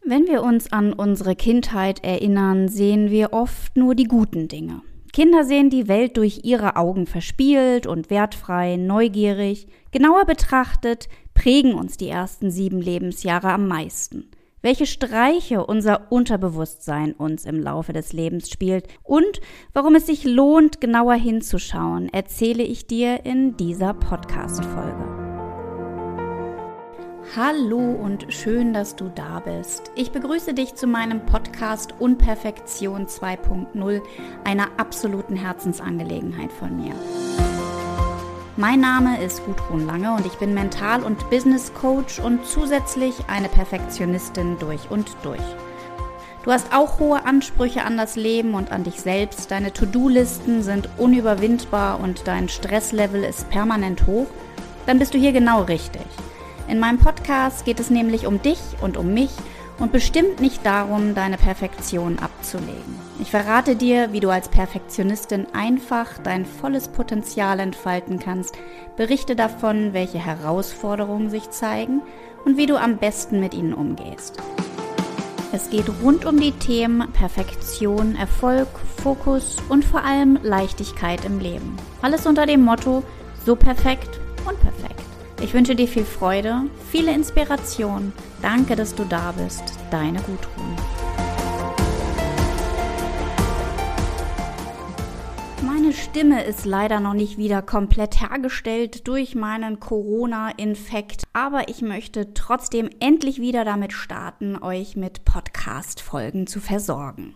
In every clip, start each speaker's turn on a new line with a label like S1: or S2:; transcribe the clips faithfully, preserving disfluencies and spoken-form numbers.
S1: Wenn wir uns an unsere Kindheit erinnern, sehen wir oft nur die guten Dinge. Kinder sehen die Welt durch ihre Augen verspielt und wertfrei, neugierig. Genauer betrachtet prägen uns die ersten sieben Lebensjahre am meisten. Welche Streiche unser Unterbewusstsein uns im Laufe des Lebens spielt und warum es sich lohnt, genauer hinzuschauen, erzähle ich dir in dieser Podcast-Folge. Hallo und schön, dass du da bist. Ich begrüße dich zu meinem Podcast Unperfektion zwei Punkt null, einer absoluten Herzensangelegenheit von mir. Mein Name ist Gudrun Lange und ich bin Mental- und Business Coach und zusätzlich eine Perfektionistin durch und durch. Du hast auch hohe Ansprüche an das Leben und an dich selbst. Deine To-Do-Listen sind unüberwindbar und dein Stresslevel ist permanent hoch. Dann bist du hier genau richtig. In meinem Podcast geht es nämlich um dich und um mich und bestimmt nicht darum, deine Perfektion abzulegen. Ich verrate dir, wie du als Perfektionistin einfach dein volles Potenzial entfalten kannst, berichte davon, welche Herausforderungen sich zeigen und wie du am besten mit ihnen umgehst. Es geht rund um die Themen Perfektion, Erfolg, Fokus und vor allem Leichtigkeit im Leben. Alles unter dem Motto: so perfekt, unperfekt. Ich wünsche dir viel Freude, viele Inspiration. Danke, dass du da bist. Deine Gudrun. Meine Stimme ist leider noch nicht wieder komplett hergestellt durch meinen Corona-Infekt, aber ich möchte trotzdem endlich wieder damit starten, euch mit Podcast-Folgen zu versorgen.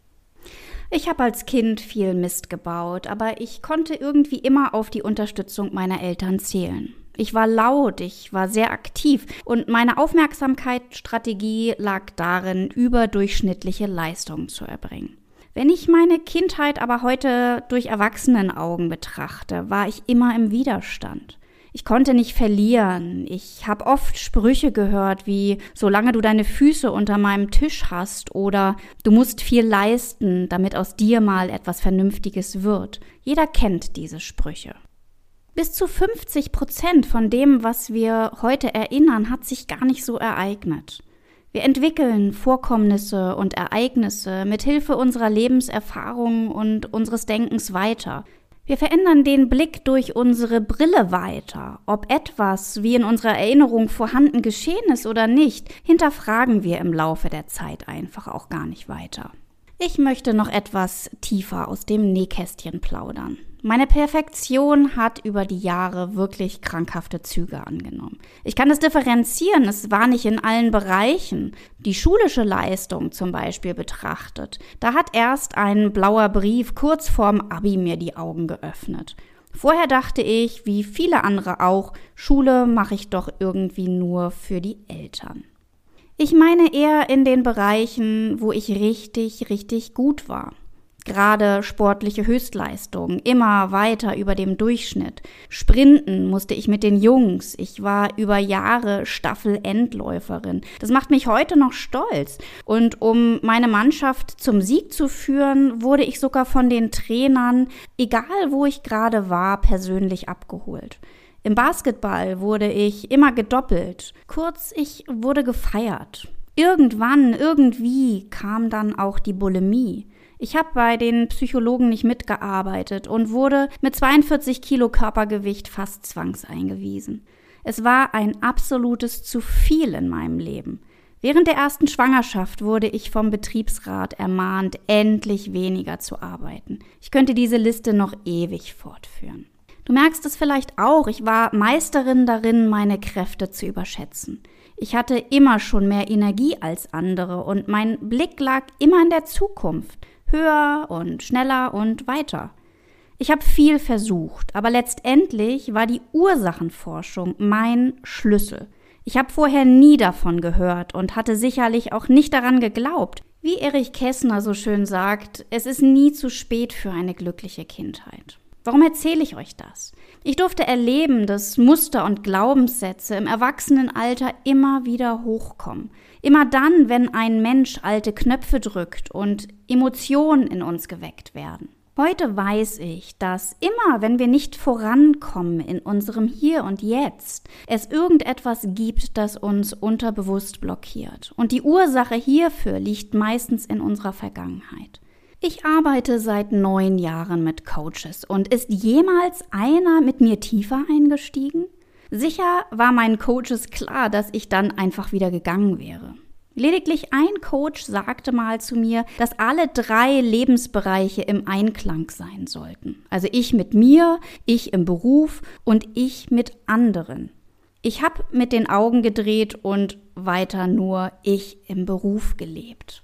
S1: Ich habe als Kind viel Mist gebaut, aber ich konnte irgendwie immer auf die Unterstützung meiner Eltern zählen. Ich war laut, ich war sehr aktiv und meine Aufmerksamkeitsstrategie lag darin, überdurchschnittliche Leistungen zu erbringen. Wenn ich meine Kindheit aber heute durch Erwachsenenaugen betrachte, war ich immer im Widerstand. Ich konnte nicht verlieren. Ich habe oft Sprüche gehört wie: solange du deine Füße unter meinem Tisch hast oder du musst viel leisten, damit aus dir mal etwas Vernünftiges wird. Jeder kennt diese Sprüche. Bis zu fünfzig Prozent von dem, was wir heute erinnern, hat sich gar nicht so ereignet. Wir entwickeln Vorkommnisse und Ereignisse mit Hilfe unserer Lebenserfahrungen und unseres Denkens weiter. Wir verändern den Blick durch unsere Brille weiter. Ob etwas wie in unserer Erinnerung vorhanden geschehen ist oder nicht, hinterfragen wir im Laufe der Zeit einfach auch gar nicht weiter. Ich möchte noch etwas tiefer aus dem Nähkästchen plaudern. Meine Perfektion hat über die Jahre wirklich krankhafte Züge angenommen. Ich kann es differenzieren, es war nicht in allen Bereichen. Die schulische Leistung zum Beispiel betrachtet, da hat erst ein blauer Brief kurz vorm Abi mir die Augen geöffnet. Vorher dachte ich, wie viele andere auch, Schule mache ich doch irgendwie nur für die Eltern. Ich meine eher in den Bereichen, wo ich richtig, richtig gut war. Gerade sportliche Höchstleistungen, immer weiter über dem Durchschnitt. Sprinten musste ich mit den Jungs. Ich war über Jahre Staffel-Endläuferin. Das macht mich heute noch stolz. Und um meine Mannschaft zum Sieg zu führen, wurde ich sogar von den Trainern, egal wo ich gerade war, persönlich abgeholt. Im Basketball wurde ich immer gedoppelt. Kurz, ich wurde gefeiert. Irgendwann, irgendwie kam dann auch die Bulimie. Ich habe bei den Psychologen nicht mitgearbeitet und wurde mit zweiundvierzig Kilo Körpergewicht fast zwangseingewiesen. Es war ein absolutes zu viel in meinem Leben. Während der ersten Schwangerschaft wurde ich vom Betriebsrat ermahnt, endlich weniger zu arbeiten. Ich könnte diese Liste noch ewig fortführen. Du merkst es vielleicht auch, ich war Meisterin darin, meine Kräfte zu überschätzen. Ich hatte immer schon mehr Energie als andere und mein Blick lag immer in der Zukunft. Höher und schneller und weiter. Ich habe viel versucht, aber letztendlich war die Ursachenforschung mein Schlüssel. Ich habe vorher nie davon gehört und hatte sicherlich auch nicht daran geglaubt. Wie Erich Kästner so schön sagt, es ist nie zu spät für eine glückliche Kindheit. Warum erzähle ich euch das? Ich durfte erleben, dass Muster und Glaubenssätze im Erwachsenenalter immer wieder hochkommen. Immer dann, wenn ein Mensch alte Knöpfe drückt und Emotionen in uns geweckt werden. Heute weiß ich, dass immer, wenn wir nicht vorankommen in unserem Hier und Jetzt, es irgendetwas gibt, das uns unterbewusst blockiert. Und die Ursache hierfür liegt meistens in unserer Vergangenheit. Ich arbeite seit neun Jahren mit Coaches und ist jemals einer mit mir tiefer eingestiegen? Sicher war meinen Coaches klar, dass ich dann einfach wieder gegangen wäre. Lediglich ein Coach sagte mal zu mir, dass alle drei Lebensbereiche im Einklang sein sollten. Also ich mit mir, ich im Beruf und ich mit anderen. Ich habe mit den Augen gedreht und weiter nur ich im Beruf gelebt.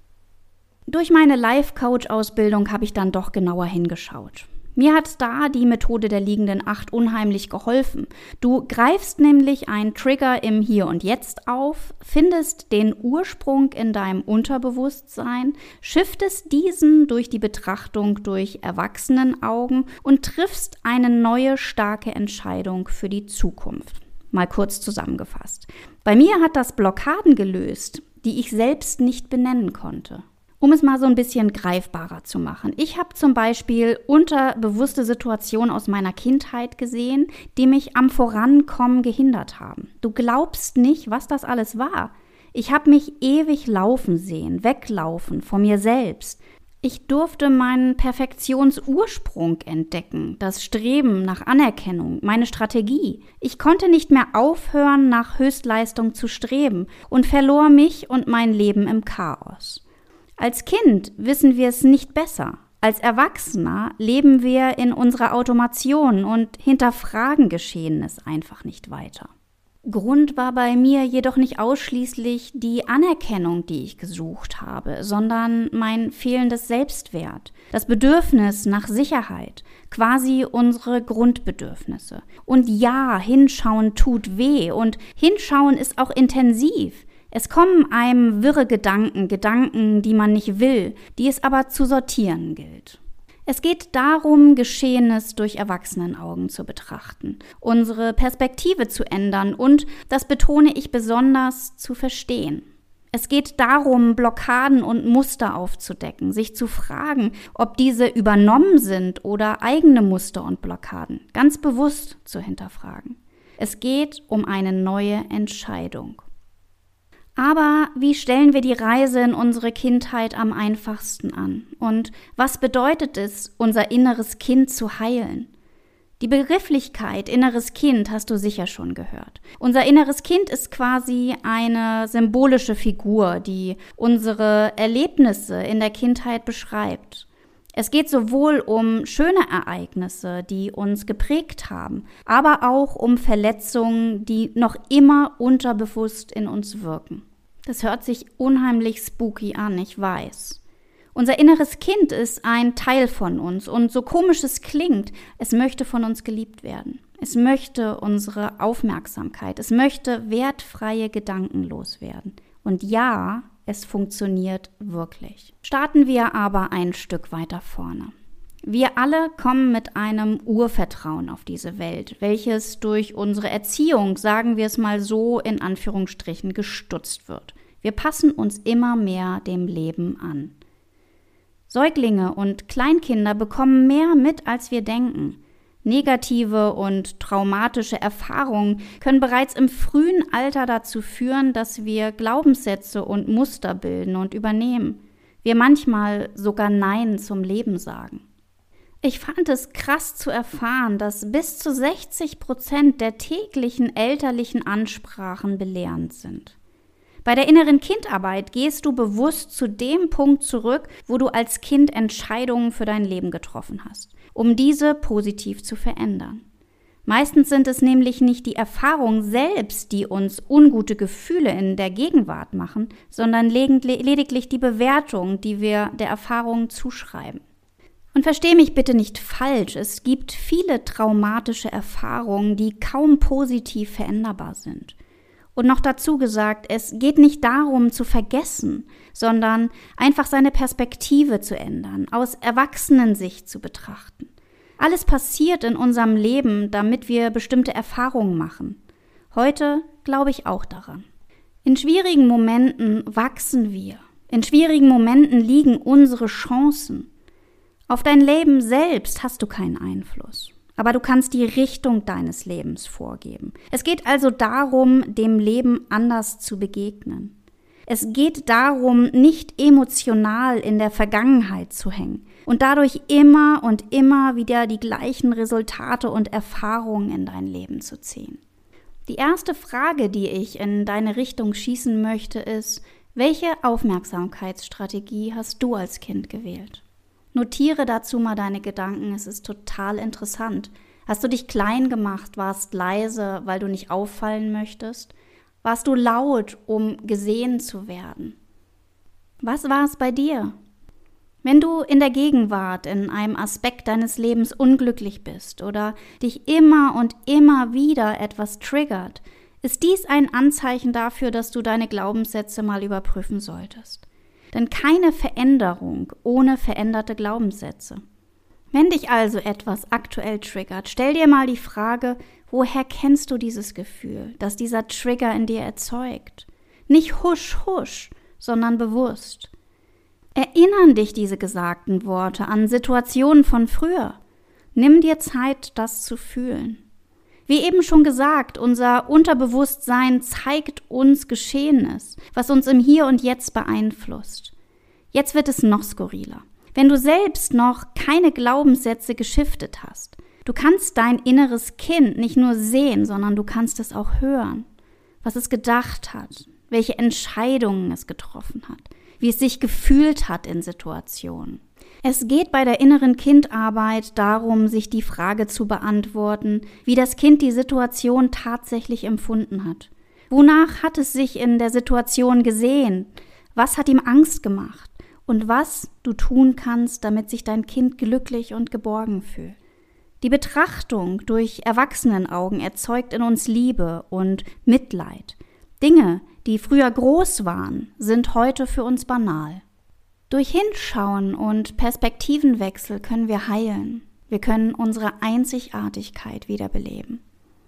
S1: Durch meine Life-Coach-Ausbildung habe ich dann doch genauer hingeschaut. Mir hat da die Methode der liegenden Acht unheimlich geholfen. Du greifst nämlich einen Trigger im Hier und Jetzt auf, findest den Ursprung in deinem Unterbewusstsein, shiftest diesen durch die Betrachtung durch Erwachsenenaugen und triffst eine neue, starke Entscheidung für die Zukunft. Mal kurz zusammengefasst. Bei mir hat das Blockaden gelöst, die ich selbst nicht benennen konnte. Um es mal so ein bisschen greifbarer zu machen. Ich habe zum Beispiel unterbewusste Situationen aus meiner Kindheit gesehen, die mich am Vorankommen gehindert haben. Du glaubst nicht, was das alles war. Ich habe mich ewig laufen sehen, weglaufen vor mir selbst. Ich durfte meinen Perfektionsursprung entdecken, das Streben nach Anerkennung, meine Strategie. Ich konnte nicht mehr aufhören, nach Höchstleistung zu streben und verlor mich und mein Leben im Chaos. Als Kind wissen wir es nicht besser. Als Erwachsener leben wir in unserer Automation und hinterfragen Geschehenes einfach nicht weiter. Grund war bei mir jedoch nicht ausschließlich die Anerkennung, die ich gesucht habe, sondern mein fehlendes Selbstwert, das Bedürfnis nach Sicherheit, quasi unsere Grundbedürfnisse. Und ja, hinschauen tut weh und hinschauen ist auch intensiv. Es kommen einem wirre Gedanken, Gedanken, die man nicht will, die es aber zu sortieren gilt. Es geht darum, Geschehenes durch Erwachsenenaugen zu betrachten, unsere Perspektive zu ändern und, das betone ich besonders, zu verstehen. Es geht darum, Blockaden und Muster aufzudecken, sich zu fragen, ob diese übernommen sind oder eigene Muster und Blockaden, ganz bewusst zu hinterfragen. Es geht um eine neue Entscheidung. Aber wie stellen wir die Reise in unsere Kindheit am einfachsten an? Und was bedeutet es, unser inneres Kind zu heilen? Die Begrifflichkeit inneres Kind hast du sicher schon gehört. Unser inneres Kind ist quasi eine symbolische Figur, die unsere Erlebnisse in der Kindheit beschreibt. Es geht sowohl um schöne Ereignisse, die uns geprägt haben, aber auch um Verletzungen, die noch immer unterbewusst in uns wirken. Das hört sich unheimlich spooky an, ich weiß. Unser inneres Kind ist ein Teil von uns und so komisch es klingt, es möchte von uns geliebt werden. Es möchte unsere Aufmerksamkeit, es möchte wertfreie Gedanken loswerden. Und ja, es funktioniert wirklich. Starten wir aber ein Stück weiter vorne. Wir alle kommen mit einem Urvertrauen auf diese Welt, welches durch unsere Erziehung, sagen wir es mal so, in Anführungsstrichen gestutzt wird. Wir passen uns immer mehr dem Leben an. Säuglinge und Kleinkinder bekommen mehr mit, als wir denken. Negative und traumatische Erfahrungen können bereits im frühen Alter dazu führen, dass wir Glaubenssätze und Muster bilden und übernehmen. Wir manchmal sogar Nein zum Leben sagen. Ich fand es krass zu erfahren, dass bis zu sechzig Prozent der täglichen elterlichen Ansprachen belehrend sind. Bei der inneren Kindarbeit gehst du bewusst zu dem Punkt zurück, wo du als Kind Entscheidungen für dein Leben getroffen hast, um diese positiv zu verändern. Meistens sind es nämlich nicht die Erfahrungen selbst, die uns ungute Gefühle in der Gegenwart machen, sondern lediglich die Bewertung, die wir der Erfahrung zuschreiben. Und versteh mich bitte nicht falsch, es gibt viele traumatische Erfahrungen, die kaum positiv veränderbar sind. Und noch dazu gesagt, es geht nicht darum zu vergessen, sondern einfach seine Perspektive zu ändern, aus Erwachsenensicht zu betrachten. Alles passiert in unserem Leben, damit wir bestimmte Erfahrungen machen. Heute glaube ich auch daran. In schwierigen Momenten wachsen wir. In schwierigen Momenten liegen unsere Chancen. Auf dein Leben selbst hast du keinen Einfluss, aber du kannst die Richtung deines Lebens vorgeben. Es geht also darum, dem Leben anders zu begegnen. Es geht darum, nicht emotional in der Vergangenheit zu hängen und dadurch immer und immer wieder die gleichen Resultate und Erfahrungen in dein Leben zu ziehen. Die erste Frage, die ich in deine Richtung schießen möchte, ist: Welche Aufmerksamkeitsstrategie hast du als Kind gewählt? Notiere dazu mal deine Gedanken, es ist total interessant. Hast du dich klein gemacht, warst leise, weil du nicht auffallen möchtest? Warst du laut, um gesehen zu werden? Was war es bei dir? Wenn du in der Gegenwart in einem Aspekt deines Lebens unglücklich bist oder dich immer und immer wieder etwas triggert, ist dies ein Anzeichen dafür, dass du deine Glaubenssätze mal überprüfen solltest. Denn keine Veränderung ohne veränderte Glaubenssätze. Wenn dich also etwas aktuell triggert, stell dir mal die Frage: Woher kennst du dieses Gefühl, das dieser Trigger in dir erzeugt? Nicht husch, husch, sondern bewusst. Erinnern dich diese gesagten Worte an Situationen von früher? Nimm dir Zeit, das zu fühlen. Wie eben schon gesagt, unser Unterbewusstsein zeigt uns Geschehenes, was uns im Hier und Jetzt beeinflusst. Jetzt wird es noch skurriler. Wenn du selbst noch keine Glaubenssätze geschiftet hast, du kannst dein inneres Kind nicht nur sehen, sondern du kannst es auch hören, was es gedacht hat, welche Entscheidungen es getroffen hat, wie es sich gefühlt hat in Situationen. Es geht bei der inneren Kindarbeit darum, sich die Frage zu beantworten, wie das Kind die Situation tatsächlich empfunden hat. Wonach hat es sich in der Situation gesehen? Was hat ihm Angst gemacht? Und was du tun kannst, damit sich dein Kind glücklich und geborgen fühlt. Die Betrachtung durch Erwachsenenaugen erzeugt in uns Liebe und Mitleid. Dinge, die früher groß waren, sind heute für uns banal. Durch Hinschauen und Perspektivenwechsel können wir heilen. Wir können unsere Einzigartigkeit wiederbeleben.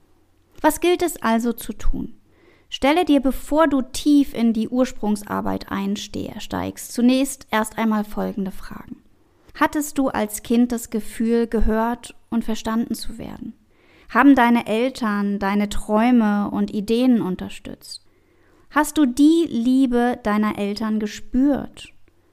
S1: Was gilt es also zu tun? Stelle dir, bevor du tief in die Ursprungsarbeit einsteigst, zunächst erst einmal folgende Fragen. Hattest du als Kind das Gefühl, gehört und verstanden zu werden? Haben deine Eltern deine Träume und Ideen unterstützt? Hast du die Liebe deiner Eltern gespürt?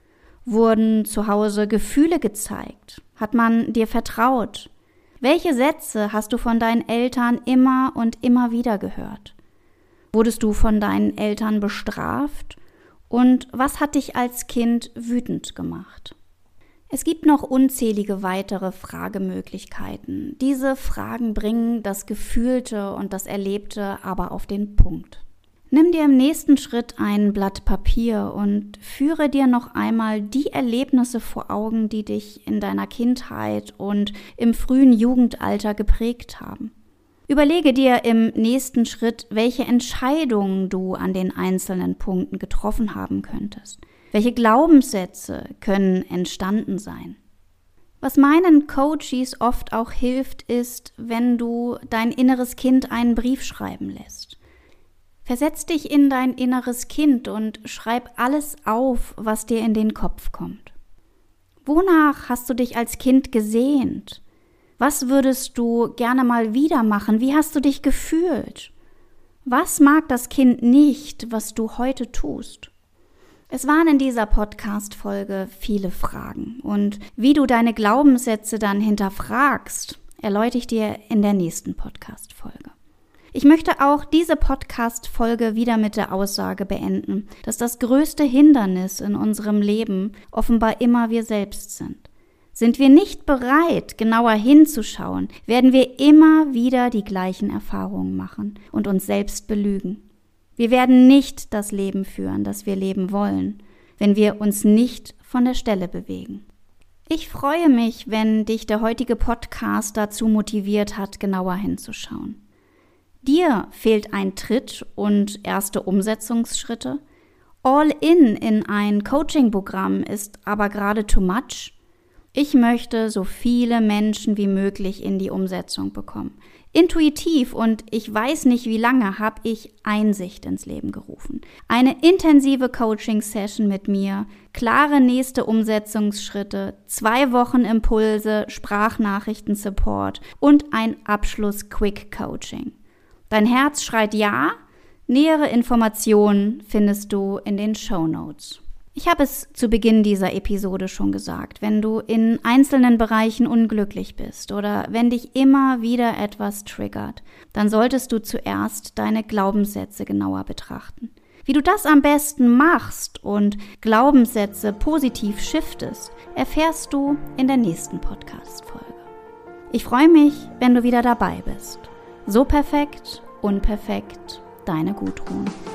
S1: Wurden zu Hause Gefühle gezeigt? Hat man dir vertraut? Welche Sätze hast du von deinen Eltern immer und immer wieder gehört? Wurdest du von deinen Eltern bestraft? Und was hat dich als Kind wütend gemacht? Es gibt noch unzählige weitere Fragemöglichkeiten. Diese Fragen bringen das Gefühlte und das Erlebte aber auf den Punkt. Nimm dir im nächsten Schritt ein Blatt Papier und führe dir noch einmal die Erlebnisse vor Augen, die dich in deiner Kindheit und im frühen Jugendalter geprägt haben. Überlege dir im nächsten Schritt, welche Entscheidungen du an den einzelnen Punkten getroffen haben könntest. Welche Glaubenssätze können entstanden sein? Was meinen Coaches oft auch hilft, ist, wenn du dein inneres Kind einen Brief schreiben lässt. Versetz dich in dein inneres Kind und schreib alles auf, was dir in den Kopf kommt. Wonach hast du dich als Kind gesehnt? Was würdest du gerne mal wieder machen? Wie hast du dich gefühlt? Was mag das Kind nicht, was du heute tust? Es waren in dieser Podcast-Folge viele Fragen und wie du deine Glaubenssätze dann hinterfragst, erläutere ich dir in der nächsten Podcast-Folge. Ich möchte auch diese Podcast-Folge wieder mit der Aussage beenden, dass das größte Hindernis in unserem Leben offenbar immer wir selbst sind. Sind wir nicht bereit, genauer hinzuschauen, werden wir immer wieder die gleichen Erfahrungen machen und uns selbst belügen. Wir werden nicht das Leben führen, das wir leben wollen, wenn wir uns nicht von der Stelle bewegen. Ich freue mich, wenn dich der heutige Podcast dazu motiviert hat, genauer hinzuschauen. Dir fehlt ein Tritt und erste Umsetzungsschritte. All in in ein Coaching-Programm ist aber gerade too much. Ich möchte so viele Menschen wie möglich in die Umsetzung bekommen. Intuitiv und ich weiß nicht wie lange habe ich Einsicht ins Leben gerufen. Eine intensive Coaching-Session mit mir, klare nächste Umsetzungsschritte, zwei Wochen Impulse, Sprachnachrichten-Support und ein Abschluss-Quick-Coaching. Dein Herz schreit ja? Nähere Informationen findest du in den Shownotes. Ich habe es zu Beginn dieser Episode schon gesagt, wenn du in einzelnen Bereichen unglücklich bist oder wenn dich immer wieder etwas triggert, dann solltest du zuerst deine Glaubenssätze genauer betrachten. Wie du das am besten machst und Glaubenssätze positiv shiftest, erfährst du in der nächsten Podcast-Folge. Ich freue mich, wenn du wieder dabei bist. So perfekt, unperfekt, deine Gudrun.